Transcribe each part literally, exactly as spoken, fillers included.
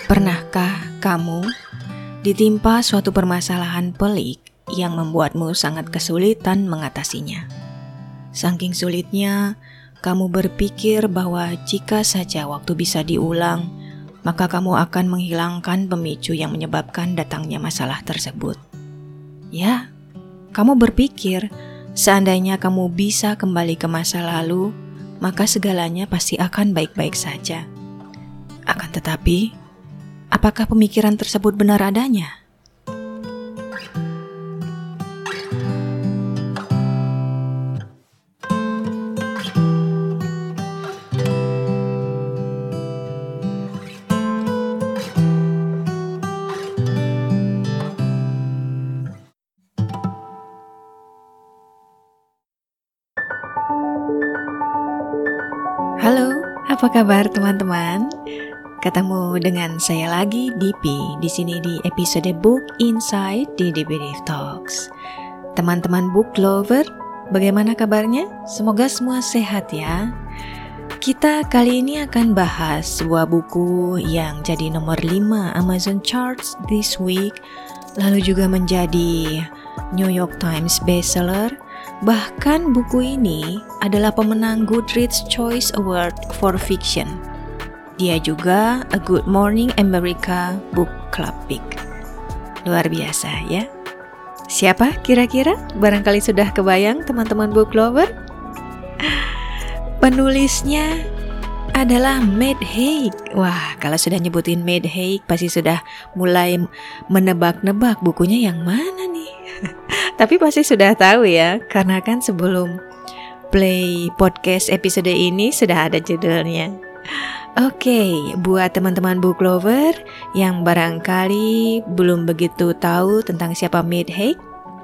Pernahkah kamu ditimpa suatu permasalahan pelik yang membuatmu sangat kesulitan mengatasinya? Saking sulitnya, kamu berpikir bahwa jika saja waktu bisa diulang, maka kamu akan menghilangkan pemicu yang menyebabkan datangnya masalah tersebut. Ya, kamu berpikir seandainya kamu bisa kembali ke masa lalu, maka segalanya pasti akan baik-baik saja. Akan tetapi, apakah pemikiran tersebut benar adanya? Halo, apa kabar teman-teman? Ketemu dengan saya lagi, Dipi, di sini di episode Book Insight di D B D Talks. Teman-teman book lover, bagaimana kabarnya? Semoga semua sehat ya. Kita kali ini akan bahas sebuah buku yang jadi nomor lima Amazon Charts this week, lalu juga menjadi New York Times bestseller. Bahkan buku ini adalah pemenang Goodreads Choice Award for Fiction. Dia juga A Good Morning America Book Club Pick. Luar biasa ya. Siapa kira-kira? Barangkali sudah kebayang teman-teman book lover? Penulisnya adalah Matt Haig. Wah, kalau sudah nyebutin Matt Haig pasti sudah mulai menebak-nebak bukunya yang mana nih. Tapi pasti sudah tahu ya, karena kan sebelum play podcast episode ini sudah ada judulnya. Oke, buat teman-teman book lover yang barangkali belum begitu tahu tentang siapa Matt Haig,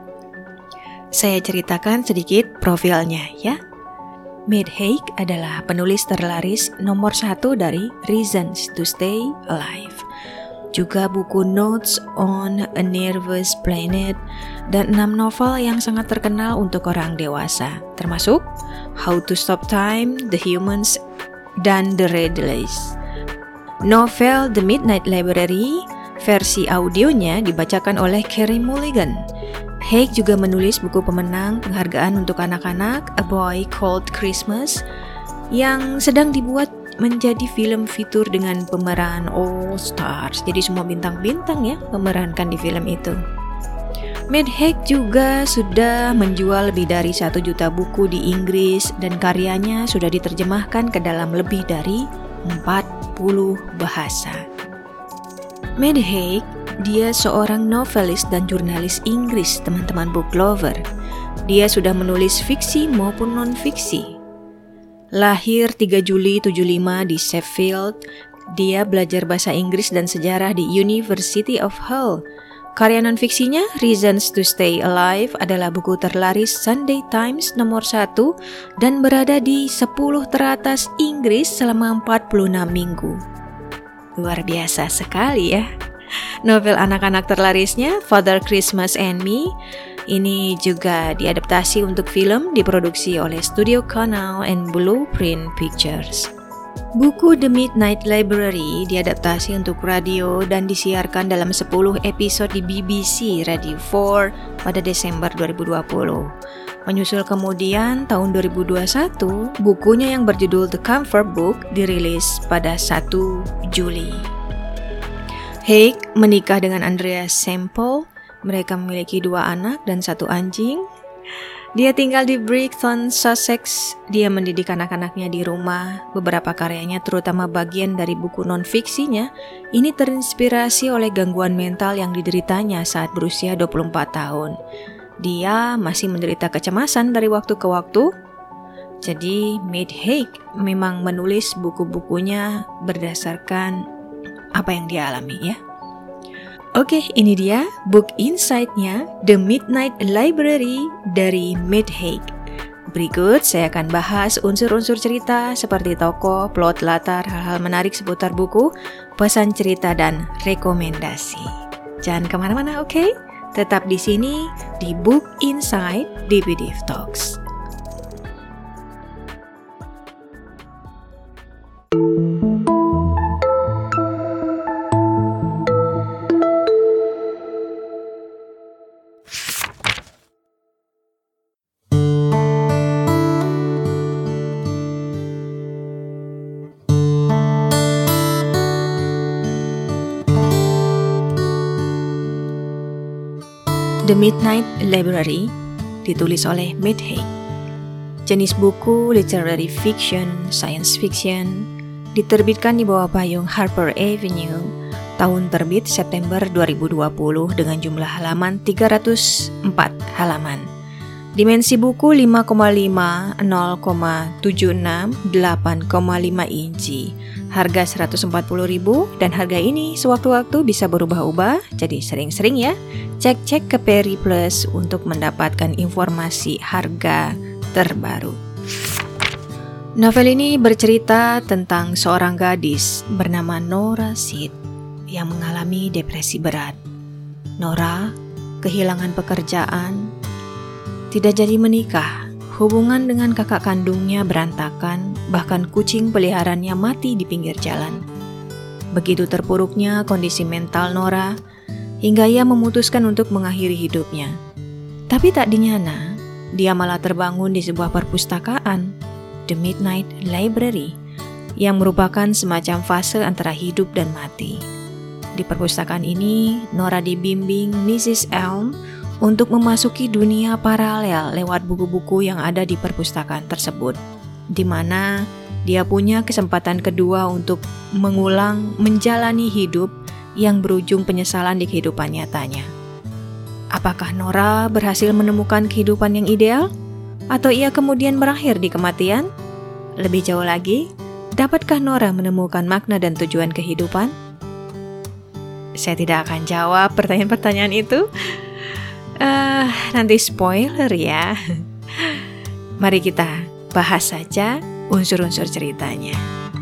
saya ceritakan sedikit profilnya ya. Matt Haig adalah penulis terlaris nomor satu dari Reasons to Stay Alive, juga buku Notes on a Nervous Planet, dan enam novel yang sangat terkenal untuk orang dewasa, termasuk How to Stop Time, The Humans, dan The Riddlers. Novel The Midnight Library, versi audionya dibacakan oleh Carey Mulligan. Haig juga menulis buku pemenang penghargaan untuk anak-anak, A Boy Called Christmas, yang sedang dibuat menjadi film fitur dengan pemeran all stars. Jadi semua bintang-bintang ya memerankan di film itu. Matt Haig juga sudah menjual lebih dari satu juta buku di Inggris dan karyanya sudah diterjemahkan ke dalam lebih dari empat puluh bahasa. Matt Haig, dia seorang novelis dan jurnalis Inggris, teman-teman book lover. Dia sudah menulis fiksi maupun non-fiksi. Lahir tiga Juli tujuh puluh lima di Sheffield, dia belajar bahasa Inggris dan sejarah di University of Hull. Karya non-fiksinya, Reasons to Stay Alive, adalah buku terlaris Sunday Times nomor satu dan berada di sepuluh teratas Inggris selama empat puluh enam minggu. Luar biasa sekali ya. Novel anak-anak terlarisnya, Father Christmas and Me, ini juga diadaptasi untuk film, diproduksi oleh Studio Canal and Blueprint Pictures. Buku The Midnight Library diadaptasi untuk radio dan disiarkan dalam sepuluh episode di B B C Radio empat pada Desember dua ribu dua puluh. Menyusul kemudian tahun dua ribu dua puluh satu, bukunya yang berjudul The Comfort Book dirilis pada satu Juli. Haig menikah dengan Andrea Semple. Mereka memiliki dua anak dan satu anjing. Dia tinggal di Brighton, Sussex. Dia mendidik anak-anaknya di rumah. Beberapa karyanya, terutama bagian dari buku non-fiksinya, ini terinspirasi oleh gangguan mental yang dideritanya saat berusia dua puluh empat tahun. Dia masih menderita kecemasan dari waktu ke waktu. Jadi, Matt Haig memang menulis buku-bukunya berdasarkan apa yang dia alami ya. Oke, ini dia book insight-nya The Midnight Library dari Matt Haig. Berikut saya akan bahas unsur-unsur cerita seperti tokoh, plot, latar, hal-hal menarik seputar buku, pesan cerita, dan rekomendasi. Jangan kemana-mana, oke? Tetap di sini di Book Insight D B D Talks. The Midnight Library ditulis oleh Matt Haig. Jenis buku literary fiction, science fiction, diterbitkan di bawah payung Harper Avenue, tahun terbit September dua ribu dua puluh dengan jumlah halaman tiga ratus empat halaman. Dimensi buku lima koma lima, nol koma tujuh enam, delapan koma lima inci. Harga seratus empat puluh ribu dan harga ini sewaktu-waktu bisa berubah-ubah, jadi sering-sering ya cek-cek ke Peri Plus untuk mendapatkan informasi harga terbaru. Novel ini bercerita tentang seorang gadis bernama Nora Seed yang mengalami depresi berat. Nora kehilangan pekerjaan, tidak jadi menikah, hubungan dengan kakak kandungnya berantakan, bahkan kucing peliharaannya mati di pinggir jalan. Begitu terpuruknya kondisi mental Nora, hingga ia memutuskan untuk mengakhiri hidupnya. Tapi tak dinyana, dia malah terbangun di sebuah perpustakaan, The Midnight Library, yang merupakan semacam fase antara hidup dan mati. Di perpustakaan ini, Nora dibimbing missus Elm untuk memasuki dunia paralel lewat buku-buku yang ada di perpustakaan tersebut, di mana dia punya kesempatan kedua untuk mengulang menjalani hidup yang berujung penyesalan di kehidupan nyatanya. Apakah Nora berhasil menemukan kehidupan yang ideal? Atau ia kemudian berakhir di kematian? Lebih jauh lagi, dapatkah Nora menemukan makna dan tujuan kehidupan? Saya tidak akan jawab pertanyaan-pertanyaan itu. Uh, nanti spoiler ya. Mari kita bahas saja unsur-unsur ceritanya.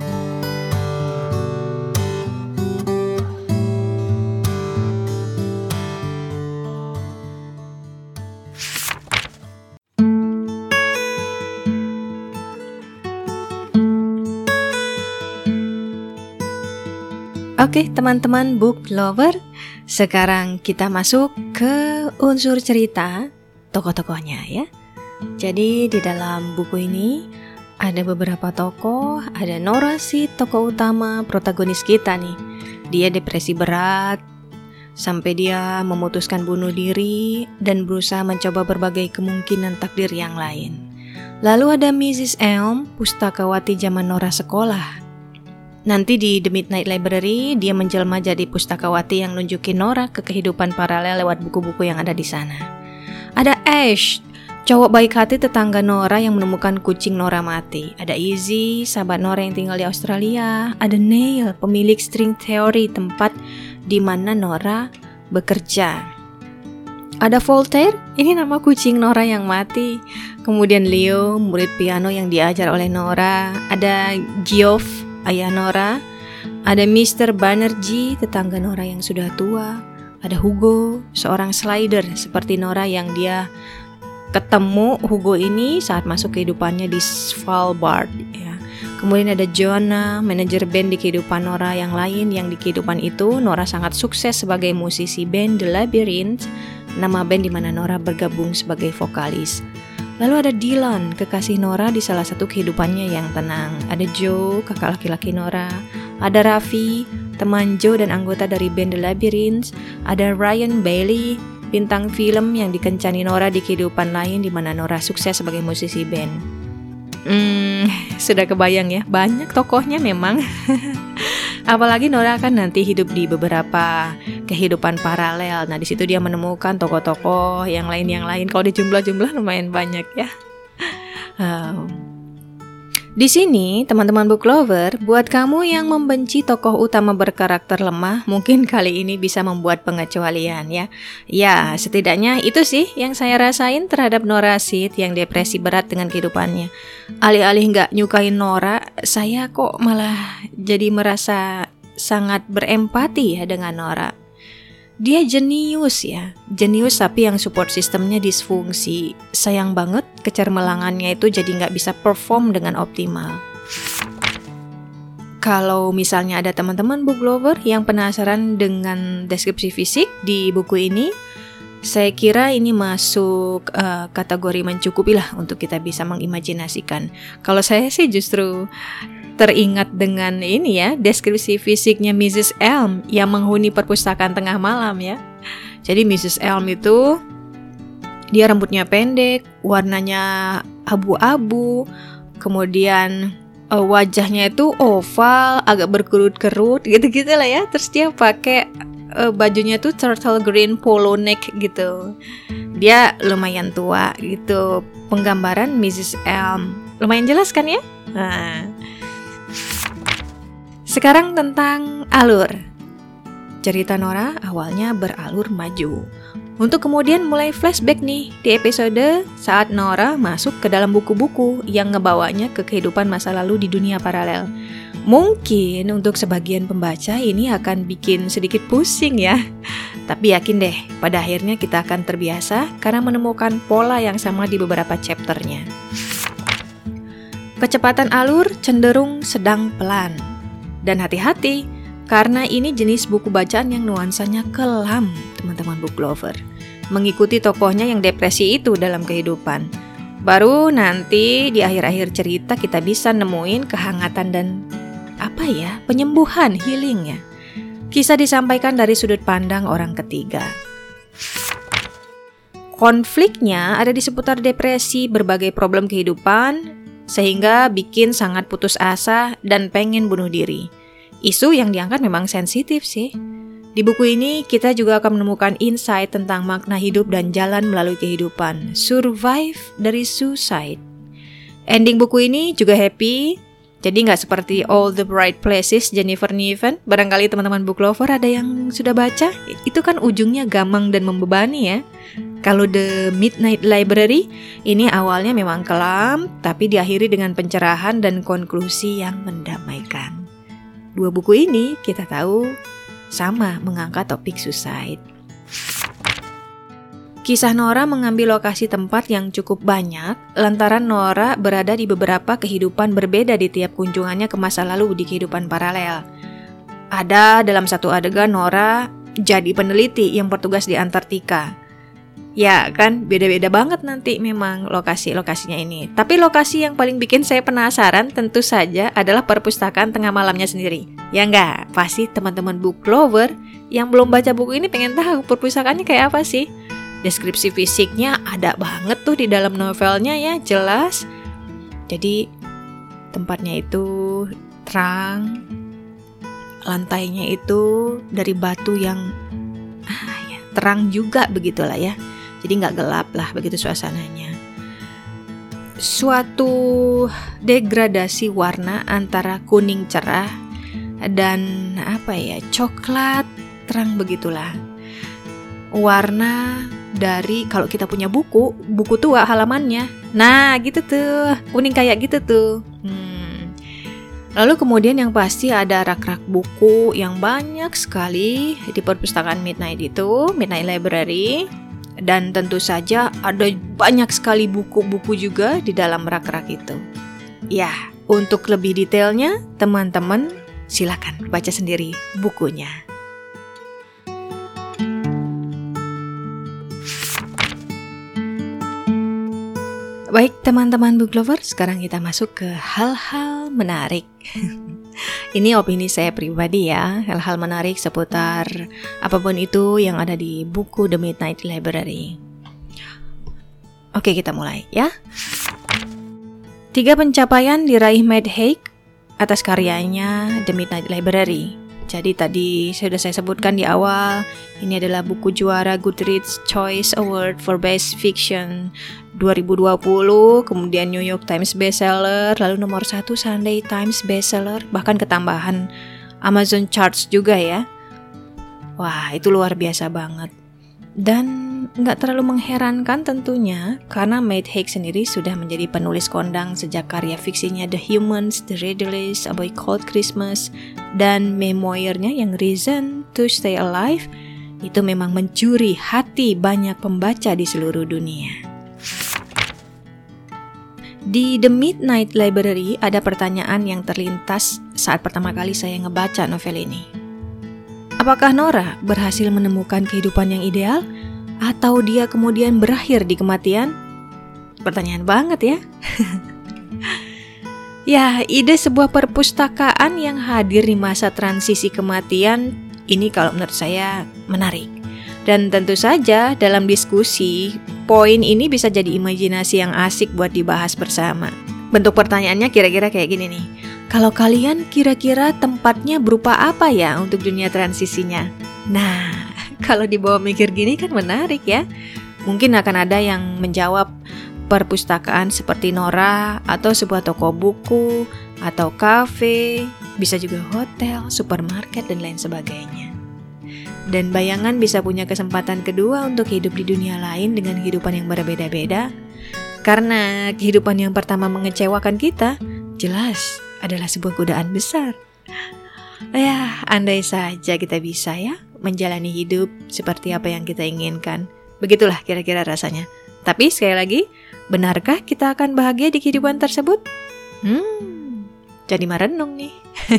Oke, teman-teman book lover, sekarang kita masuk ke unsur cerita tokoh-tokohnya ya. Jadi di dalam buku ini ada beberapa tokoh, ada Nora Seed, tokoh utama, protagonis kita nih. Dia depresi berat sampai dia memutuskan bunuh diri dan berusaha mencoba berbagai kemungkinan takdir yang lain. Lalu ada missus Elm, pustakawati zaman Nora sekolah. Nanti di The Midnight Library, dia menjelma jadi pustakawati yang nunjukin Nora ke kehidupan paralel lewat buku-buku yang ada di sana. Ada Ash, cowok baik hati tetangga Nora yang menemukan kucing Nora mati. Ada Izzy, sahabat Nora yang tinggal di Australia. Ada Neil, pemilik string theory, tempat di mana Nora bekerja. Ada Voltaire, ini nama kucing Nora yang mati. Kemudian Leo, murid piano yang diajar oleh Nora. Ada Geoff, ayah Nora. Ada mister Banerjee, tetangga Nora yang sudah tua. Ada Hugo, seorang slider seperti Nora yang dia ketemu Hugo ini saat masuk kehidupannya di Svalbard ya. Kemudian ada Jonah, manajer band di kehidupan Nora yang lain, yang di kehidupan itu Nora sangat sukses sebagai musisi band The Labyrinth, nama band di mana Nora bergabung sebagai vokalis. Lalu ada Dylan, kekasih Nora di salah satu kehidupannya yang tenang. Ada Joe, kakak laki-laki Nora. Ada Raffi, teman Joe dan anggota dari band The Labyrinth. Ada Ryan Bailey, bintang film yang dikencani Nora di kehidupan lain di mana Nora sukses sebagai musisi band. Hmm, sudah kebayang ya, banyak tokohnya memang. Apalagi Nora kan nanti hidup di beberapa kehidupan paralel. Nah, di situ dia menemukan tokoh-tokoh yang lain-yang lain. Kalau dijumlah-jumlah lumayan banyak ya. Um, Di sini, teman-teman book lover, buat kamu yang membenci tokoh utama berkarakter lemah, mungkin kali ini bisa membuat pengecualian ya. Ya, setidaknya itu sih yang saya rasain terhadap Nora Seed yang depresi berat dengan kehidupannya. Alih-alih nggak nyukain Nora, saya kok malah jadi merasa sangat berempati ya dengan Nora. Dia jenius ya, jenius tapi yang support sistemnya disfungsi. Sayang banget kecermelangannya itu jadi nggak bisa perform dengan optimal. Kalau misalnya ada teman-teman book lover yang penasaran dengan deskripsi fisik di buku ini, saya kira ini masuk uh, kategori mencukupi lah untuk kita bisa mengimajinasikan. Kalau saya sih justru teringat dengan ini ya, deskripsi fisiknya missus Elm yang menghuni perpustakaan tengah malam ya. Jadi missus Elm itu Dia rambutnya pendek, warnanya abu-abu, kemudian uh, wajahnya itu oval, agak berkerut-kerut gitu-gitu lah ya. Terus dia pakai uh, bajunya tuh turtle green polo neck gitu. Dia lumayan tua gitu. Penggambaran missus Elm. Lumayan jelas kan ya? Nah. Sekarang tentang alur. Cerita Nora awalnya beralur maju, untuk kemudian mulai flashback nih di episode saat Nora masuk ke dalam buku-buku yang ngebawanya ke kehidupan masa lalu di dunia paralel. Mungkin untuk sebagian pembaca ini akan bikin sedikit pusing ya. Tapi yakin deh, pada akhirnya kita akan terbiasa karena menemukan pola yang sama di beberapa chapternya. Kecepatan alur cenderung sedang pelan. Dan hati-hati, karena ini jenis buku bacaan yang nuansanya kelam, teman-teman book lover. Mengikuti tokohnya yang depresi itu dalam kehidupan. Baru nanti di akhir-akhir cerita kita bisa nemuin kehangatan dan apa ya, penyembuhan, healingnya. Kisah disampaikan dari sudut pandang orang ketiga. Konfliknya ada di seputar depresi, berbagai problem kehidupan, sehingga bikin sangat putus asa dan pengen bunuh diri. Isu yang diangkat memang sensitif sih. Di buku ini kita juga akan menemukan insight tentang makna hidup dan jalan melalui kehidupan. Survive dari suicide. Ending buku ini juga happy. Jadi gak seperti All the Bright Places Jennifer Niven. Barangkali teman-teman book lover ada yang sudah baca. Itu kan ujungnya gamang dan membebani ya. Kalau The Midnight Library, ini awalnya memang kelam, tapi diakhiri dengan pencerahan dan konklusi yang mendamaikan. Dua buku ini kita tahu sama mengangkat topik suicide. Kisah Nora mengambil lokasi tempat yang cukup banyak, lantaran Nora berada di beberapa kehidupan berbeda di tiap kunjungannya ke masa lalu di kehidupan paralel. Ada dalam satu adegan Nora jadi peneliti yang bertugas di Antartika. Ya kan, beda-beda banget nanti memang lokasi-lokasinya ini. Tapi lokasi yang paling bikin saya penasaran tentu saja adalah perpustakaan tengah malamnya sendiri. Ya enggak, pasti teman-teman book lover yang belum baca buku ini pengen tahu perpustakaannya kayak apa sih. Deskripsi fisiknya ada banget tuh di dalam novelnya ya, jelas. Jadi tempatnya itu terang, lantainya itu dari batu yang ah, ya, terang juga begitulah ya. Jadi nggak gelap lah begitu suasananya. Suatu degradasi warna antara kuning cerah dan apa ya, coklat terang begitulah. Warna dari kalau kita punya buku, buku tua halamannya. Nah gitu tuh, kuning kayak gitu tuh. Hmm. Lalu kemudian yang pasti ada rak-rak buku yang banyak sekali di perpustakaan Midnight itu, Midnight Library. Dan tentu saja ada banyak sekali buku-buku juga di dalam rak-rak itu. Ya, untuk lebih detailnya, teman-teman silakan baca sendiri bukunya. Baik teman-teman book lover, sekarang kita masuk ke hal-hal menarik. Ini opini saya pribadi ya, hal-hal menarik seputar apapun itu yang ada di buku The Midnight Library. Oke, kita mulai ya. Tiga pencapaian diraih Matt Haig atas karyanya The Midnight Library. Jadi tadi sudah saya sebutkan di awal, ini adalah buku juara Goodreads Choice Award for Best Fiction dua ribu dua puluh, kemudian New York Times bestseller, lalu nomor satu Sunday Times bestseller, bahkan ketambahan Amazon Charts juga ya. Wah, itu luar biasa banget. Dan nggak terlalu mengherankan tentunya, karena Matt Haig sendiri sudah menjadi penulis kondang sejak karya fiksinya The Humans, The Riddlers, A Boy Called Christmas, dan memoirnya yang Reason to Stay Alive, itu memang mencuri hati banyak pembaca di seluruh dunia. Di The Midnight Library ada pertanyaan yang terlintas saat pertama kali saya ngebaca novel ini. Apakah Nora berhasil menemukan kehidupan yang ideal? Atau dia kemudian berakhir di kematian? Pertanyaan banget ya. Ya, ide sebuah perpustakaan yang hadir di masa transisi kematian ini kalau menurut saya menarik. Dan tentu saja dalam diskusi poin ini bisa jadi imajinasi yang asik buat dibahas bersama. Bentuk pertanyaannya kira-kira kayak gini nih. Kalau kalian kira-kira tempatnya berupa apa ya untuk dunia transisinya? Nah, kalau dibawa mikir gini kan menarik ya. Mungkin akan ada yang menjawab perpustakaan seperti Nora, atau sebuah toko buku, atau kafe, bisa juga hotel, supermarket, dan lain sebagainya. Dan bayangan bisa punya kesempatan kedua untuk hidup di dunia lain dengan kehidupan yang berbeda-beda. Karena kehidupan yang pertama mengecewakan kita, jelas adalah sebuah godaan besar. Ya, andai saja kita bisa ya menjalani hidup seperti apa yang kita inginkan. Begitulah kira-kira rasanya. Tapi sekali lagi, benarkah kita akan bahagia di kehidupan tersebut? Hmm, jadi merenung nih.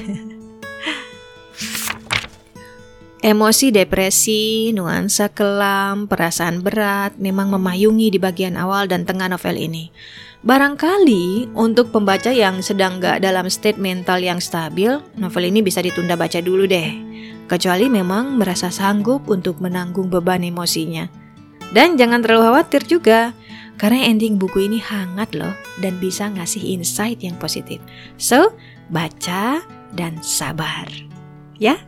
Emosi depresi, nuansa kelam, perasaan berat memang memayungi di bagian awal dan tengah novel ini. Barangkali untuk pembaca yang sedang gak dalam state mental yang stabil, novel ini bisa ditunda baca dulu deh. Kecuali memang merasa sanggup untuk menanggung beban emosinya. Dan jangan terlalu khawatir juga, karena ending buku ini hangat loh dan bisa ngasih insight yang positif. So, baca dan sabar. Ya?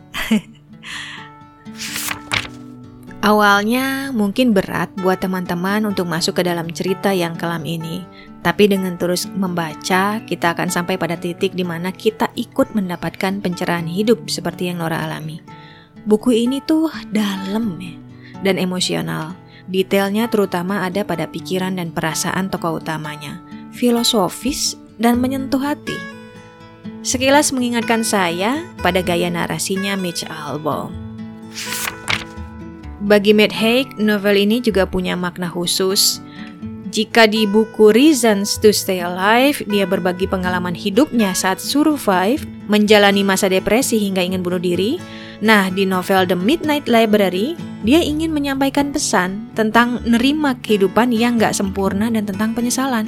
Awalnya mungkin berat buat teman-teman untuk masuk ke dalam cerita yang kelam ini. Tapi dengan terus membaca, kita akan sampai pada titik di mana kita ikut mendapatkan pencerahan hidup seperti yang Nora alami. Buku ini tuh dalam ya, dan emosional. Detailnya terutama ada pada pikiran dan perasaan tokoh utamanya. Filosofis dan menyentuh hati. Sekilas mengingatkan saya pada gaya narasinya Mitch Albom. Bagi Matt Haig, novel ini juga punya makna khusus. Jika di buku Reasons to Stay Alive, dia berbagi pengalaman hidupnya saat survive, menjalani masa depresi hingga ingin bunuh diri. Nah, di novel The Midnight Library, dia ingin menyampaikan pesan tentang nerima kehidupan yang gak sempurna dan tentang penyesalan.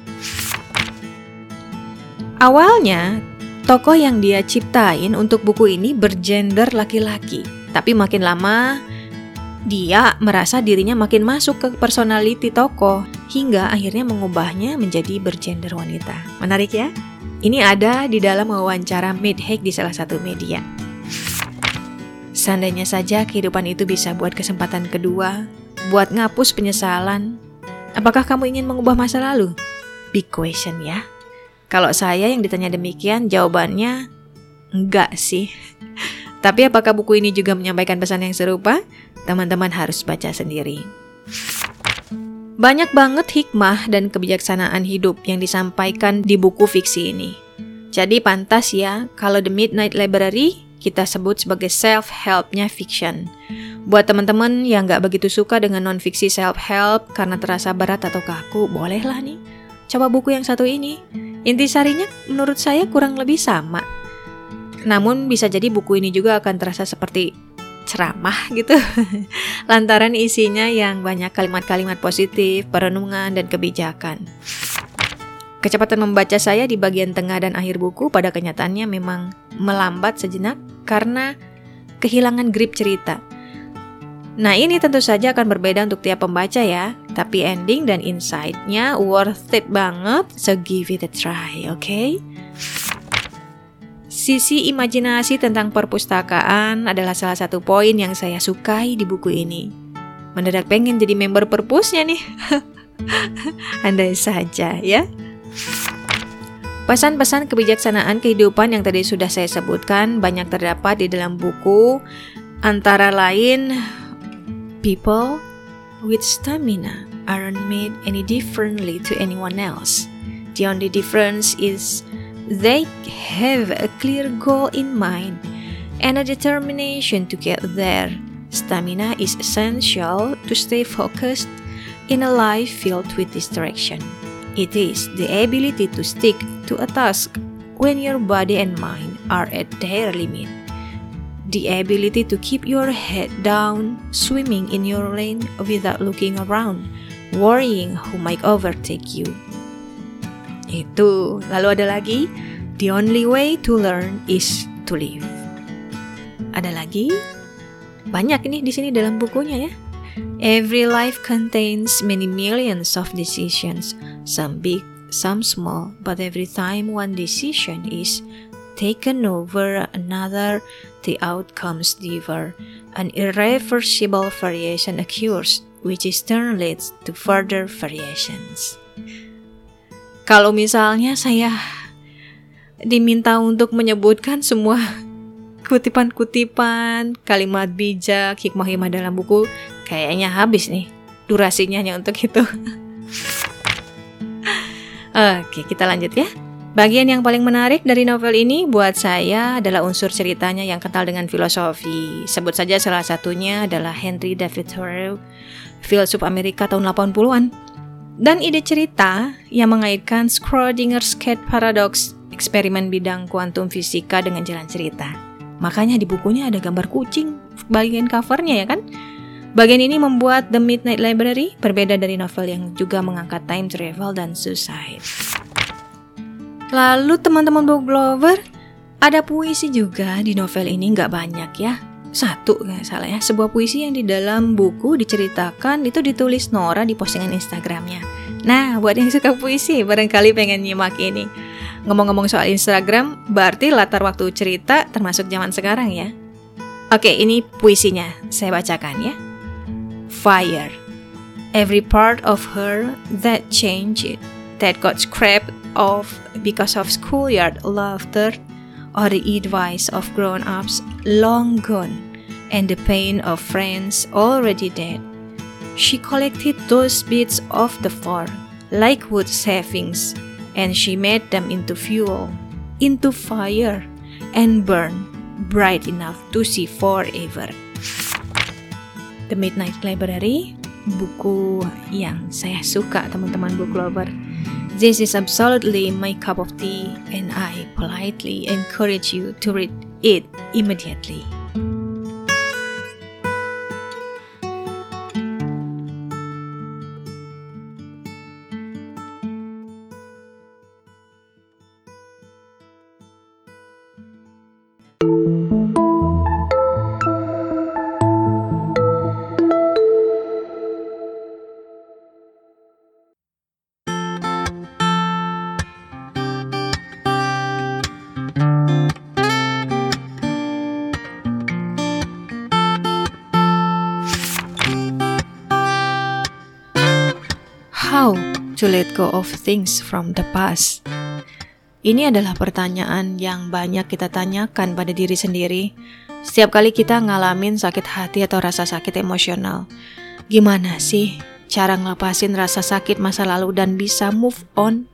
Awalnya, tokoh yang dia ciptain untuk buku ini bergender laki-laki. Tapi makin lama, dia merasa dirinya makin masuk ke personality tokoh hingga akhirnya mengubahnya menjadi bergender wanita. Menarik ya? Ini ada di dalam wawancara Matt Haig di salah satu media. Seandainya saja kehidupan itu bisa buat kesempatan kedua, buat ngapus penyesalan. Apakah kamu ingin mengubah masa lalu? Big question ya. Kalau saya yang ditanya demikian, jawabannya enggak sih. Tapi apakah buku ini juga menyampaikan pesan yang serupa? Teman-teman harus baca sendiri. Banyak banget hikmah dan kebijaksanaan hidup yang disampaikan di buku fiksi ini. Jadi pantas ya kalau The Midnight Library kita sebut sebagai self-help-nya fiction. Buat teman-teman yang gak begitu suka dengan non-fiksi self-help karena terasa berat atau kaku, bolehlah nih coba buku yang satu ini. Intisarinya menurut saya kurang lebih sama. Namun bisa jadi buku ini juga akan terasa seperti ceramah gitu. Lantaran isinya yang banyak kalimat-kalimat positif, perenungan, dan kebijakan. Kecepatan membaca saya di bagian tengah dan akhir buku pada kenyataannya memang melambat sejenak karena kehilangan grip cerita. Nah, ini tentu saja akan berbeda untuk tiap pembaca ya, tapi ending dan insight-nya worth it banget, so give it a try, oke? Okay? Sisi imajinasi tentang perpustakaan adalah salah satu poin yang saya sukai di buku ini. Mendadak pengen jadi member perpusnya nih. Andai saja ya. Pesan-pesan kebijaksanaan kehidupan yang tadi sudah saya sebutkan banyak terdapat di dalam buku, antara lain people with stamina aren't made any differently to anyone else. The only difference is they have a clear goal in mind and a determination to get there. Stamina is essential to stay focused in a life filled with distraction. It is the ability to stick to a task when your body and mind are at their limit. The ability to keep your head down, swimming in your lane without looking around, worrying who might overtake you. Itu. Lalu ada lagi, the only way to learn is to live. Ada lagi, banyak ini di sini dalam bukunya ya. Every life contains many millions of decisions, some big, some small, but every time one decision is taken over another, the outcomes differ. An irreversible variation occurs, which in turn leads to further variations. Kalau misalnya saya diminta untuk menyebutkan semua kutipan-kutipan, kalimat bijak, hikmah-hikmah dalam buku, kayaknya habis nih durasinya hanya untuk itu. Oke, kita lanjut ya. Bagian yang paling menarik dari novel ini buat saya adalah unsur ceritanya yang kental dengan filosofi. Sebut saja salah satunya adalah Henry David Thoreau, filsuf Amerika tahun delapan puluhan. Dan ide cerita yang mengaitkan Schrodinger's cat paradox, eksperimen bidang kuantum fisika dengan jalan cerita. Makanya di bukunya ada gambar kucing bagian covernya ya kan? Bagian ini membuat The Midnight Library berbeda dari novel yang juga mengangkat time travel dan suicide. Lalu teman-teman book lover, ada puisi juga di novel ini, nggak banyak ya. Satu nggak salah ya, sebuah puisi yang di dalam buku diceritakan itu ditulis Nora di postingan Instagramnya. Nah, buat yang suka puisi, barangkali pengen nyimak ini. Ngomong-ngomong soal Instagram, berarti latar waktu cerita termasuk zaman sekarang ya. Oke, ini puisinya, saya bacakan ya. Fire. Every part of her that changed, that got scraped off because of schoolyard laughter or the advice of grown-ups long gone and the pain of friends already dead. She collected those bits of the fur like wood shavings and she made them into fuel, into fire and burned bright enough to see forever. The Midnight Library, buku yang saya suka teman-teman book lover. This is absolutely my cup of tea and I politely encourage you to read it immediately. How to let go of things from the past? Ini adalah pertanyaan yang banyak kita tanyakan pada diri sendiri setiap kali kita ngalamin sakit hati atau rasa sakit emosional. Gimana sih cara ngelepasin rasa sakit masa lalu dan bisa move on?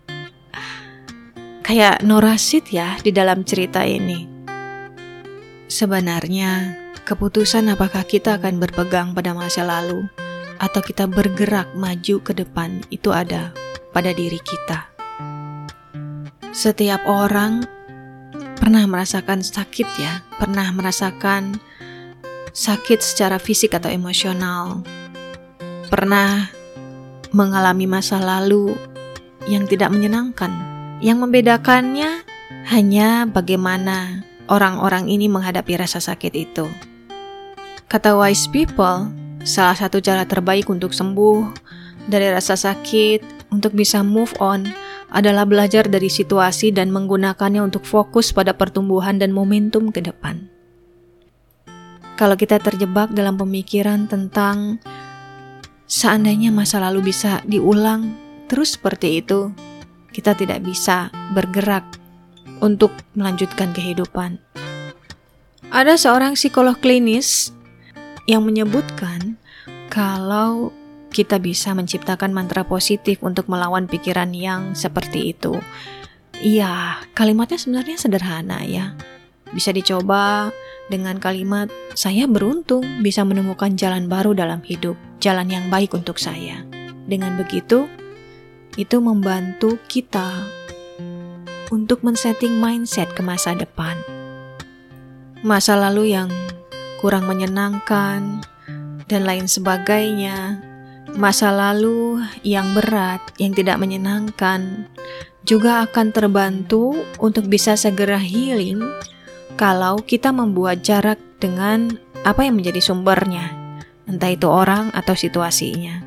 Kayak Nora Sid ya di dalam cerita ini. Sebenarnya keputusan apakah kita akan berpegang pada masa lalu atau kita bergerak maju ke depan itu ada pada diri kita. Setiap orang pernah merasakan sakit ya, pernah merasakan sakit secara fisik atau emosional, pernah mengalami masa lalu yang tidak menyenangkan. Yang membedakannya hanya bagaimana orang-orang ini menghadapi rasa sakit itu. Kata wise people, salah satu cara terbaik untuk sembuh dari rasa sakit, untuk bisa move on, adalah belajar dari situasi dan menggunakannya untuk fokus pada pertumbuhan dan momentum ke depan. Kalau kita terjebak dalam pemikiran tentang seandainya masa lalu bisa diulang terus seperti itu, kita tidak bisa bergerak untuk melanjutkan kehidupan. Ada seorang psikolog klinis yang menyebutkan kalau kita bisa menciptakan mantra positif untuk melawan pikiran yang seperti itu. Iya, kalimatnya sebenarnya sederhana ya. Bisa dicoba dengan kalimat, saya beruntung bisa menemukan jalan baru dalam hidup, jalan yang baik untuk saya. Dengan begitu, itu membantu kita untuk men-setting mindset ke masa depan. Masa lalu yang kurang menyenangkan dan lain sebagainya, masa lalu yang berat, yang tidak menyenangkan, juga akan terbantu untuk bisa segera healing kalau kita membuat jarak dengan apa yang menjadi sumbernya. entah itu orang atau situasinya.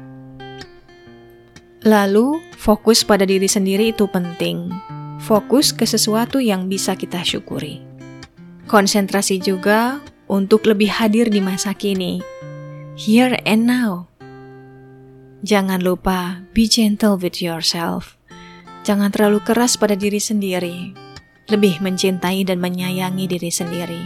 Lalu, fokus pada diri sendiri itu penting. Fokus ke sesuatu yang bisa kita syukuri. Konsentrasi juga untuk lebih hadir di masa kini. Here and now. Jangan lupa, be gentle with yourself. Jangan terlalu keras pada diri sendiri. Lebih mencintai dan menyayangi diri sendiri.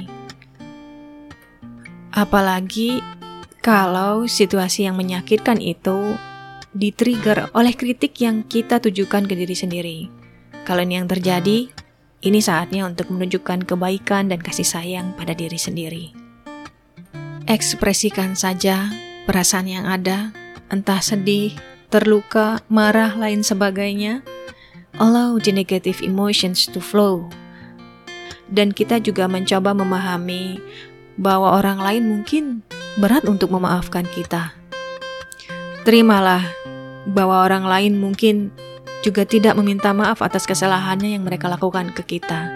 Apalagi kalau situasi yang menyakitkan itu di-trigger oleh kritik yang kita tujukan ke diri sendiri. Kalau ini yang terjadi, ini saatnya untuk menunjukkan kebaikan dan kasih sayang pada diri sendiri. Ekspresikan saja perasaan yang ada, entah sedih, terluka, marah, lain sebagainya. Allow the negative emotions to flow. Dan kita juga mencoba memahami bahwa orang lain mungkin berat untuk memaafkan kita. Terimalah bahwa orang lain mungkin juga tidak meminta maaf atas kesalahannya yang mereka lakukan ke kita.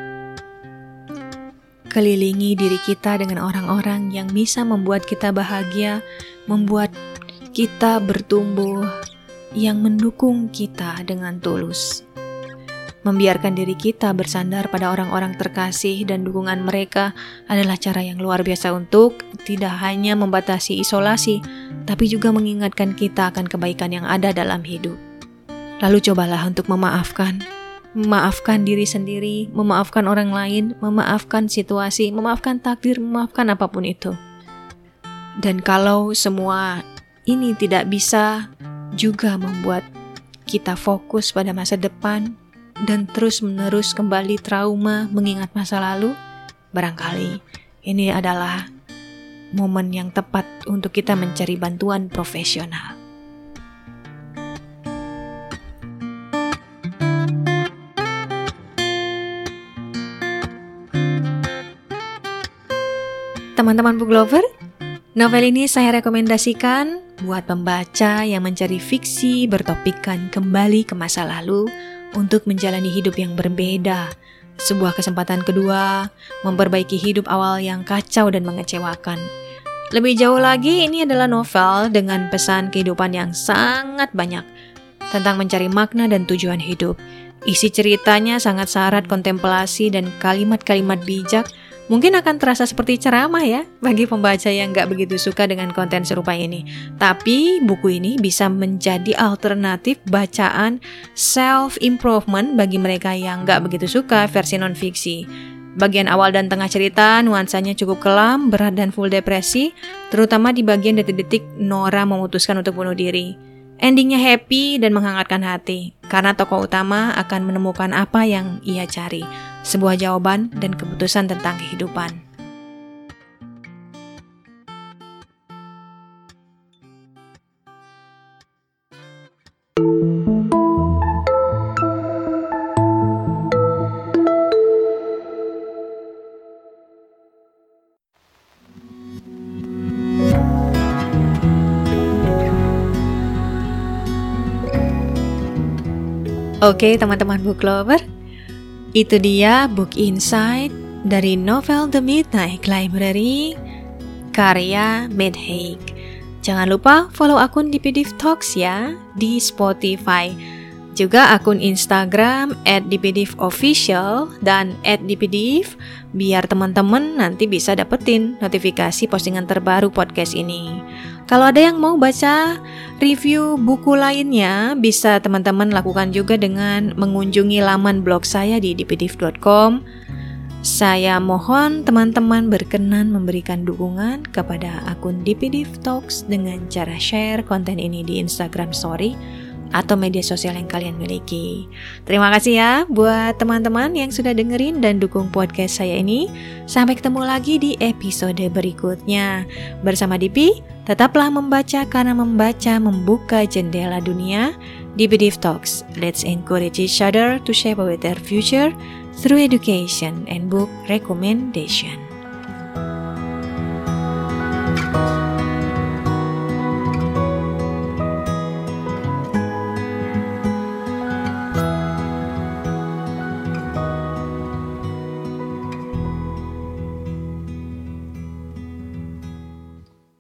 Kelilingi diri kita dengan orang-orang yang bisa membuat kita bahagia, membuat kita bertumbuh, yang mendukung kita dengan tulus. Membiarkan diri kita bersandar pada orang-orang terkasih dan dukungan mereka adalah cara yang luar biasa untuk tidak hanya membatasi isolasi, tapi juga mengingatkan kita akan kebaikan yang ada dalam hidup. Lalu cobalah untuk memaafkan. Memaafkan diri sendiri, memaafkan orang lain, memaafkan situasi, memaafkan takdir, memaafkan apapun itu. Dan kalau semua ini tidak bisa juga membuat kita fokus pada masa depan, dan terus-menerus kembali trauma mengingat masa lalu, barangkali ini adalah momen yang tepat untuk kita mencari bantuan profesional. Teman-teman book lover, novel ini saya rekomendasikan buat pembaca yang mencari fiksi bertopikkan kembali ke masa lalu untuk menjalani hidup yang berbeda, sebuah kesempatan kedua, memperbaiki hidup awal yang kacau dan mengecewakan. Lebih jauh lagi, ini adalah novel dengan pesan kehidupan yang sangat banyak tentang mencari makna dan tujuan hidup. Isi ceritanya sangat syarat kontemplasi dan kalimat-kalimat bijak. Mungkin akan terasa seperti ceramah ya bagi pembaca yang gak begitu suka dengan konten serupa ini. Tapi buku ini bisa menjadi alternatif bacaan self-improvement bagi mereka yang gak begitu suka versi non-fiksi. Bagian awal dan tengah cerita nuansanya cukup kelam, berat dan full depresi, terutama di bagian detik-detik Nora memutuskan untuk bunuh diri. Endingnya happy dan menghangatkan hati, karena tokoh utama akan menemukan apa yang ia cari, sebuah jawaban dan keputusan tentang kehidupan. Oke teman-teman book lover, itu dia book insight dari novel The Midnight Library karya Matt Haig. Jangan lupa follow akun D P D I V Talks ya di Spotify. Juga akun Instagram at D P D I V Official dan at D P D I V biar teman-teman nanti bisa dapetin notifikasi postingan terbaru podcast ini. Kalau ada yang mau baca review buku lainnya, bisa teman-teman lakukan juga dengan mengunjungi laman blog saya di d p d i v dot com. Saya mohon teman-teman berkenan memberikan dukungan kepada akun D P D I V Talks dengan cara share konten ini di Instagram Story atau media sosial yang kalian miliki. Terima kasih ya buat teman-teman yang sudah dengerin dan dukung podcast saya ini. Sampai ketemu lagi di episode berikutnya. Bersama D P, tetaplah membaca karena membaca membuka jendela dunia. D P D I V Talks, let's encourage each other to shape a better future through education and book recommendation.